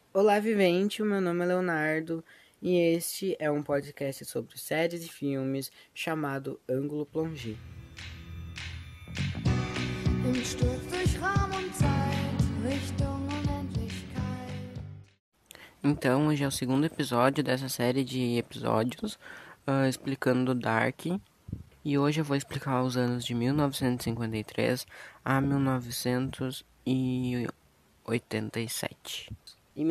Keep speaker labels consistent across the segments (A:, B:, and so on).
A: Olá, vivente! O meu nome é Leonardo e este é um podcast sobre séries e filmes chamado Ângulo Plongé.
B: Im Sturz durch Raum und Zeit, Richtung Unendlichkeit.
A: Então, hoje é o segundo episódio dessa série de episódios explicando Dark. E hoje eu vou explicar os anos de 1953 a 1987. Em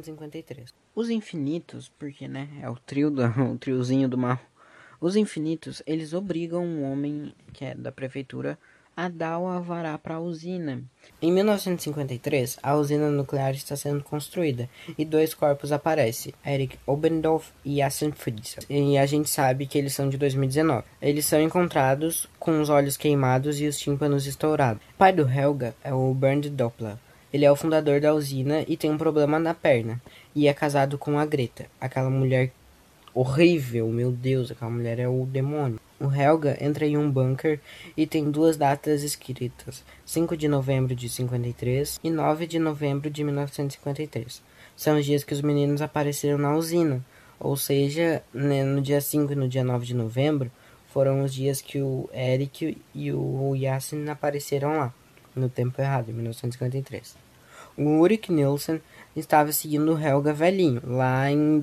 A: 1953. Os Infinitos, porque é o o triozinho do mal. Os Infinitos, eles obrigam um homem que é da prefeitura a dar o alvará para a usina. Em 1953, a usina nuclear está sendo construída e dois corpos aparecem, Eric Obendorf e Yasin Fritz. E a gente sabe que eles são de 2019. Eles são encontrados com os olhos queimados e os tímpanos estourados. O pai do Helga é o Bernd Doppler. Ele é o fundador da usina e tem um problema na perna. E é casado com a Greta, aquela mulher horrível, meu Deus, aquela mulher é o demônio. O Helga entra em um bunker e tem duas datas escritas, 5 de novembro de 53 e 9 de novembro de 1953. São os dias que os meninos apareceram na usina, ou seja, no dia 5 e no dia 9 de novembro foram os dias que o Eric e o Yasin apareceram lá, no tempo errado, em 1953. O Ulrik Nielsen estava seguindo o Helga velhinho, lá em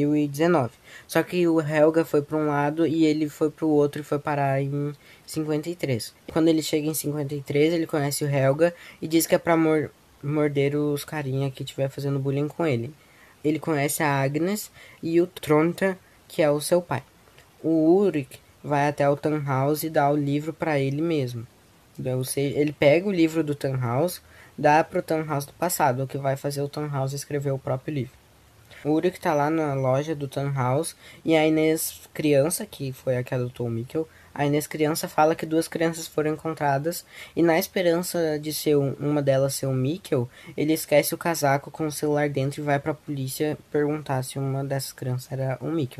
A: 2019. Só que o Helga foi para um lado e ele foi para o outro e foi parar em 53. Quando ele chega em 53, ele conhece o Helga e diz que é para morder os carinha que estiver fazendo bullying com ele. Ele conhece a Agnes e o Tronta, que é o seu pai. O Ulrik vai até o Tannhaus e dá o livro para ele mesmo. Ou seja, ele pega o livro do Tannhaus, dá pro Tannhaus do passado, o que vai fazer o Tannhaus escrever o próprio livro. O Ulrich tá lá na loja do Tannhaus e a Inês criança, que foi a que adotou o Mikkel, a Inês criança fala que duas crianças foram encontradas e na esperança de ser uma delas ser o Mikkel, ele esquece o casaco com o celular dentro e vai pra polícia perguntar se uma dessas crianças era o Mikkel.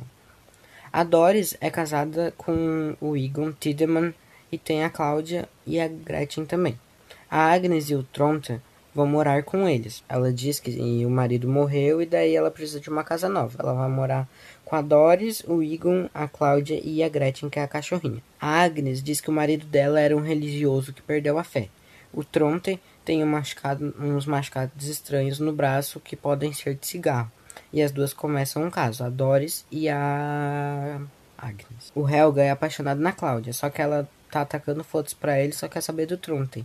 A: A Doris é casada com o Egon Tiedemann e tem a Cláudia e a Gretchen também. A Agnes e o Tronte vão morar com eles. Ela diz que o marido morreu e daí ela precisa de uma casa nova. Ela vai morar com a Doris, o Egon, a Cláudia e a Gretchen, que é a cachorrinha. A Agnes diz que o marido dela era um religioso que perdeu a fé. O Tronte tem uns machucados estranhos no braço que podem ser de cigarro. E as duas começam um caso, a Doris e a Agnes. O Helga é apaixonado na Cláudia, só que ela tá atacando fotos pra ele, só quer saber do Tronte.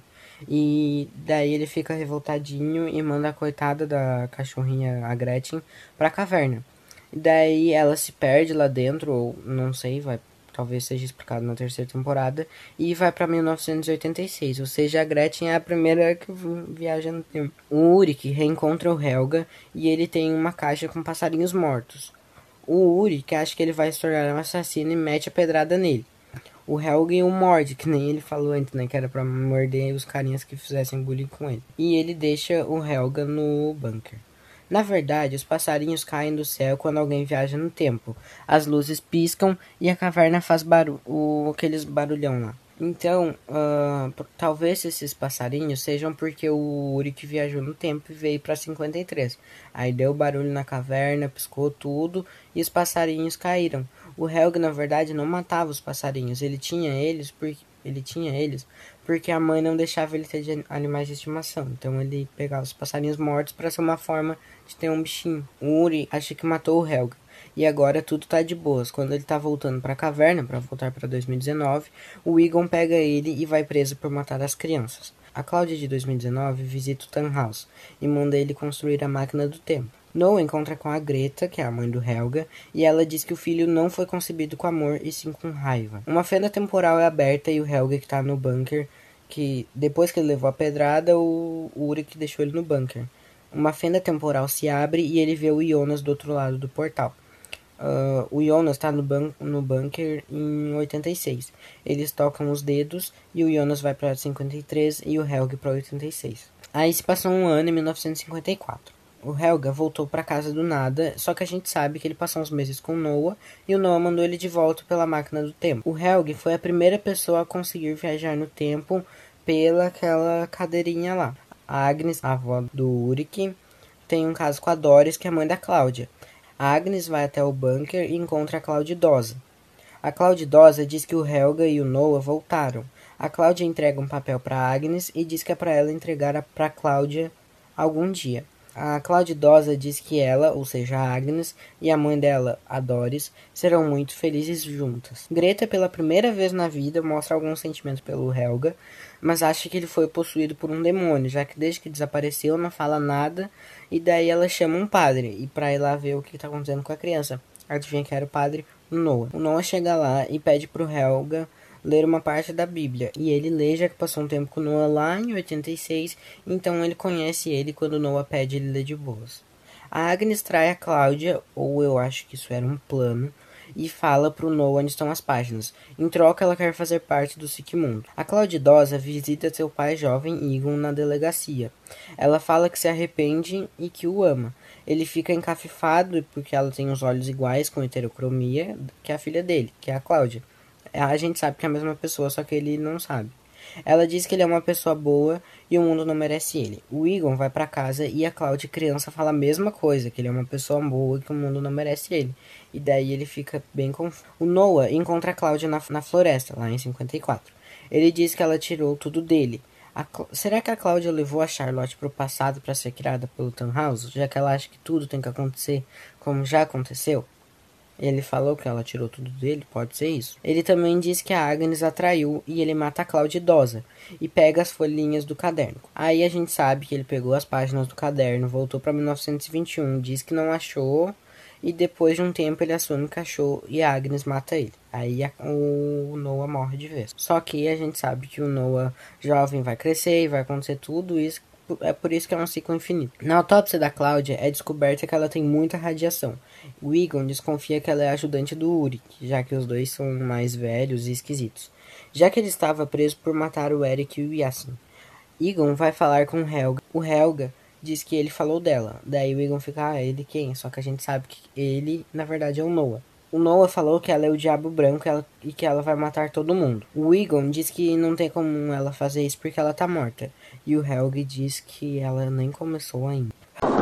A: E daí ele fica revoltadinho e manda a coitada da cachorrinha, a Gretchen, pra caverna. E daí ela se perde lá dentro, ou não sei, talvez seja explicado na terceira temporada, e vai pra 1986, ou seja, a Gretchen é a primeira que viaja no tempo. O Ulrich reencontra o Helga e ele tem uma caixa com passarinhos mortos. O Ulrich acha que ele vai se tornar um assassino e mete a pedrada nele. O Helga e o morde, que nem ele falou antes, que era pra morder os carinhas que fizessem bullying com ele. E ele deixa o Helga no bunker. Na verdade, os passarinhos caem do céu quando alguém viaja no tempo. As luzes piscam e a caverna faz aqueles barulhão lá. Então, talvez esses passarinhos sejam porque o Ulrich viajou no tempo e veio para 53. Aí deu barulho na caverna, piscou tudo e os passarinhos caíram. O Helga, na verdade, não matava os passarinhos. Ele tinha eles porque a mãe não deixava ele ter animais de estimação. Então ele pegava os passarinhos mortos para ser uma forma de ter um bichinho. O Uri acha que matou o Helga. E agora tudo tá de boas. Quando ele tá voltando pra caverna, para voltar para 2019, o Egon pega ele e vai preso por matar as crianças. A Cláudia de 2019 visita o Tannhaus e manda ele construir a máquina do tempo. Noah encontra com a Greta, que é a mãe do Helga, e ela diz que o filho não foi concebido com amor e sim com raiva. Uma fenda temporal é aberta e o Helga, que tá no bunker, que depois que ele levou a pedrada, o Ulrich deixou ele no bunker. Uma fenda temporal se abre e ele vê o Jonas do outro lado do portal. O Jonas está no bunker em 86. Eles tocam os dedos e o Jonas vai para 53 e o Helga para 86. Aí se passou um ano em 1954. O Helga voltou para casa do nada, só que a gente sabe que ele passou uns meses com Noah e o Noah mandou ele de volta pela máquina do tempo. O Helga foi a primeira pessoa a conseguir viajar no tempo pela aquela cadeirinha lá. A Agnes, a avó do Ulrich, tem um caso com a Doris, que é a mãe da Cláudia. A Agnes vai até o bunker e encontra a Cláudia idosa. A Cláudia idosa diz que o Helga e o Noah voltaram. A Cláudia entrega um papel para Agnes e diz que é para ela entregar para Cláudia algum dia. A Cláudia idosa diz que ela, ou seja, a Agnes, e a mãe dela, a Doris, serão muito felizes juntas. Greta, pela primeira vez na vida, mostra algum sentimento pelo Helga, mas acha que ele foi possuído por um demônio, já que desde que desapareceu não fala nada, e daí ela chama um padre, e para ir lá ver o que está acontecendo com a criança. Adivinha que era o padre? O Noah. O Noah chega lá e pede pro Helga ler uma parte da Bíblia. E ele lê, já que passou um tempo com o Noah lá em 86, então ele conhece ele quando o Noah pede, ele lê de boas. A Agnes trai a Cláudia, ou eu acho que isso era um plano, e fala pro Noah onde estão as páginas. Em troca, ela quer fazer parte do Sigmundo. A Cláudia idosa visita seu pai jovem, Egon, na delegacia. Ela fala que se arrepende e que o ama. Ele fica encafifado porque ela tem os olhos iguais com heterocromia que a filha dele, que é a Cláudia. A gente sabe que é a mesma pessoa, só que ele não sabe. Ela diz que ele é uma pessoa boa e o mundo não merece ele. O Egon vai pra casa e a Cláudia criança fala a mesma coisa, que ele é uma pessoa boa e que o mundo não merece ele. E daí ele fica bem confuso. O Noah encontra a Cláudia na floresta, lá em 54. Ele diz que ela tirou tudo dele. Será que a Cláudia levou a Charlotte pro passado para ser criada pelo Tannhaus, já que ela acha que tudo tem que acontecer como já aconteceu? Ele falou que ela tirou tudo dele, pode ser isso. Ele também diz que a Agnes atraiu e ele mata a Cláudia idosa e pega as folhinhas do caderno. Aí a gente sabe que ele pegou as páginas do caderno, voltou para 1921, diz que não achou e depois de um tempo ele assume que achou e a Agnes mata ele. Aí o Noah morre de vez. Só que a gente sabe que o Noah jovem vai crescer e vai acontecer tudo isso. É por isso que é um ciclo infinito. Na autópsia da Cláudia é descoberta que ela tem muita radiação. O Egon desconfia que ela é ajudante do Ulrich, já que os dois são mais velhos e esquisitos. Já que ele estava preso por matar o Eric e o Yasin. Egon vai falar com o Helga. O Helga diz que ele falou dela. Daí o Egon fica, ele quem? Só que a gente sabe que ele, na verdade, é o Noah. O Noah falou que ela é o Diabo Branco e que ela vai matar todo mundo. O Egon diz que não tem como ela fazer isso porque ela tá morta. E o Helga diz que ela nem começou ainda.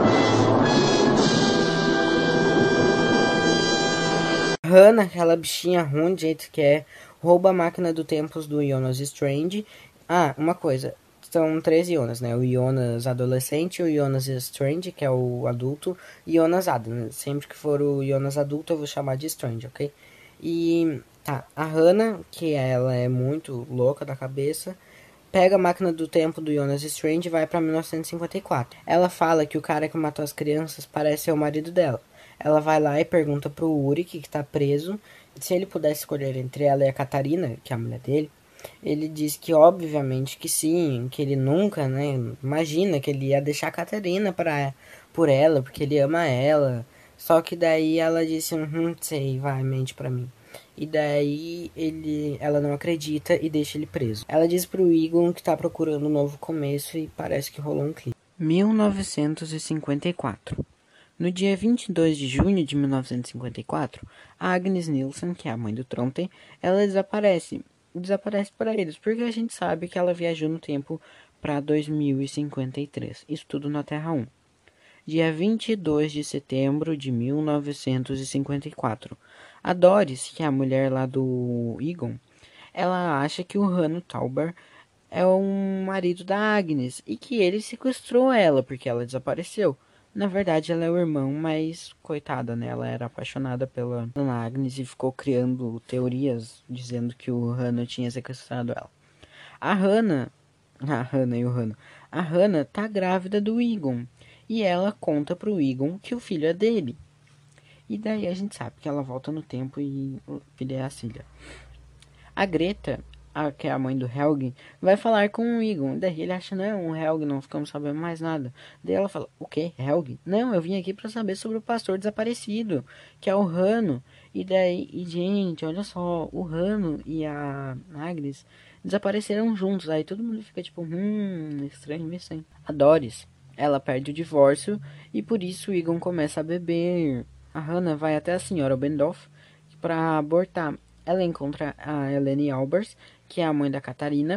A: Hannah, aquela bichinha ruim de jeito que é, rouba a máquina do tempo do Jonas Strange. Ah, uma coisa. São 3 Jonas, né? O Jonas adolescente, o Jonas Strange, que é o adulto, e Jonas Adam. Sempre que for o Jonas adulto, eu vou chamar de Strange, ok? E tá, a Hannah, que ela é muito louca da cabeça, pega a máquina do tempo do Jonas Strange e vai pra 1954. Ela fala que o cara que matou as crianças parece ser o marido dela. Ela vai lá e pergunta pro Ulrich, que tá preso, se ele pudesse escolher entre ela e a Catarina, que é a mulher dele. Ele diz que obviamente que sim, que ele nunca, né, imagina que ele ia deixar a Catarina por ela, porque ele ama ela. Só que daí ela disse, sei, vai, mente pra mim. E daí ela não acredita e deixa ele preso. Ela diz pro Egon que tá procurando um novo começo e parece que rolou um clipe. 1954. No dia 22 de junho de 1954, a Agnes Nilsson, que é a mãe do Tronte, ela desaparece para eles, porque a gente sabe que ela viajou no tempo para 2053, isso tudo na Terra 1. Dia 22 de setembro de 1954, a Doris, que é a mulher lá do Egon, ela acha que o Hanno Tauber é o marido da Agnes e que ele sequestrou ela porque ela desapareceu. Na verdade, ela é o irmão, mas coitada, né? Ela era apaixonada pela Ana Agnes e ficou criando teorias dizendo que o Hannah tinha sequestrado ela. A Hannah e o Hannah. A Hannah tá grávida do Egon e ela conta pro Egon que o filho é dele. E daí a gente sabe que ela volta no tempo e o filho é a Cília. A Greta, que é a mãe do Helge, vai falar com o Egon. Daí ele acha, não, o Helge, não ficamos sabendo mais nada. Daí ela fala, o quê? Helge? Não, eu vim aqui pra saber sobre o pastor desaparecido, que é o Hanno. E daí, gente, olha só, o Hanno e a Agnes desapareceram juntos. Aí todo mundo fica tipo, estranho isso, hein? A Doris, ela perde o divórcio e por isso o Egon começa a beber. A Hannah vai até a senhora Bendoff pra abortar. Ela encontra a Helene Albers, que é a mãe da Catarina,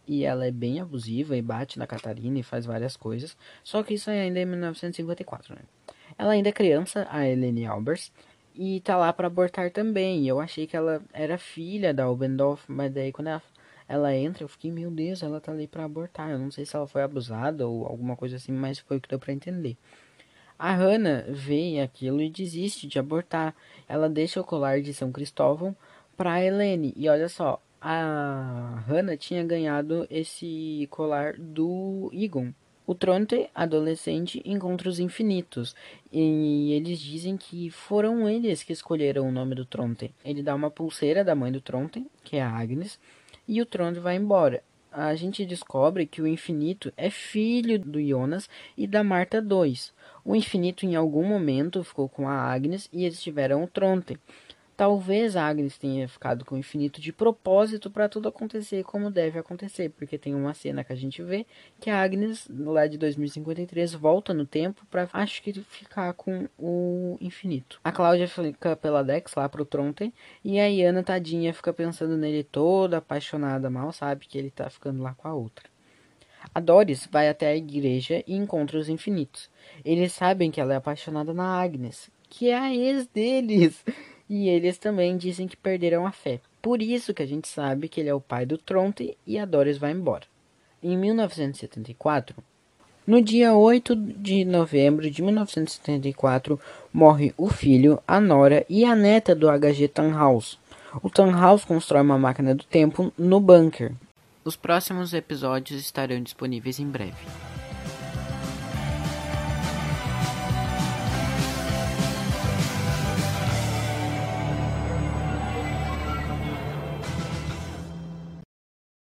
A: e ela é bem abusiva e bate na Catarina e faz várias coisas. Só que isso ainda é em 1954, né? Ela ainda é criança, a Helene Albers, e tá lá pra abortar também. E eu achei que ela era filha da Obendorf, mas daí quando ela entra, eu fiquei, meu Deus, ela tá ali pra abortar. Eu não sei se ela foi abusada ou alguma coisa assim, mas foi o que deu pra entender. A Hannah vê aquilo e desiste de abortar. Ela deixa o colar de São Cristóvão para Helene. E olha só, a Hannah tinha ganhado esse colar do Egon. O Tronte, adolescente, encontra os infinitos. E eles dizem que foram eles que escolheram o nome do Tronte. Ele dá uma pulseira da mãe do Tronte, que é a Agnes, e o Tronte vai embora. A gente descobre que o infinito é filho do Jonas e da Marta II. O infinito em algum momento ficou com a Agnes e eles tiveram o Tronte. Talvez a Agnes tenha ficado com o infinito de propósito para tudo acontecer como deve acontecer, porque tem uma cena que a gente vê que a Agnes, lá de 2053, volta no tempo para acho que ficar com o infinito. A Cláudia fica pela Dex lá pro Tronte e a Iana, tadinha, fica pensando nele toda apaixonada, mal sabe que ele tá ficando lá com a outra. A Doris vai até a igreja e encontra os infinitos. Eles sabem que ela é apaixonada na Agnes, que é a ex deles. E eles também dizem que perderam a fé. Por isso que a gente sabe que ele é o pai do Tronte e a Doris vai embora. Em 1974, no dia 8 de novembro de 1974, morre o filho, a nora e a neta do H.G. Tannhaus. O Tannhaus constrói uma máquina do tempo no bunker. Os próximos episódios estarão disponíveis em breve.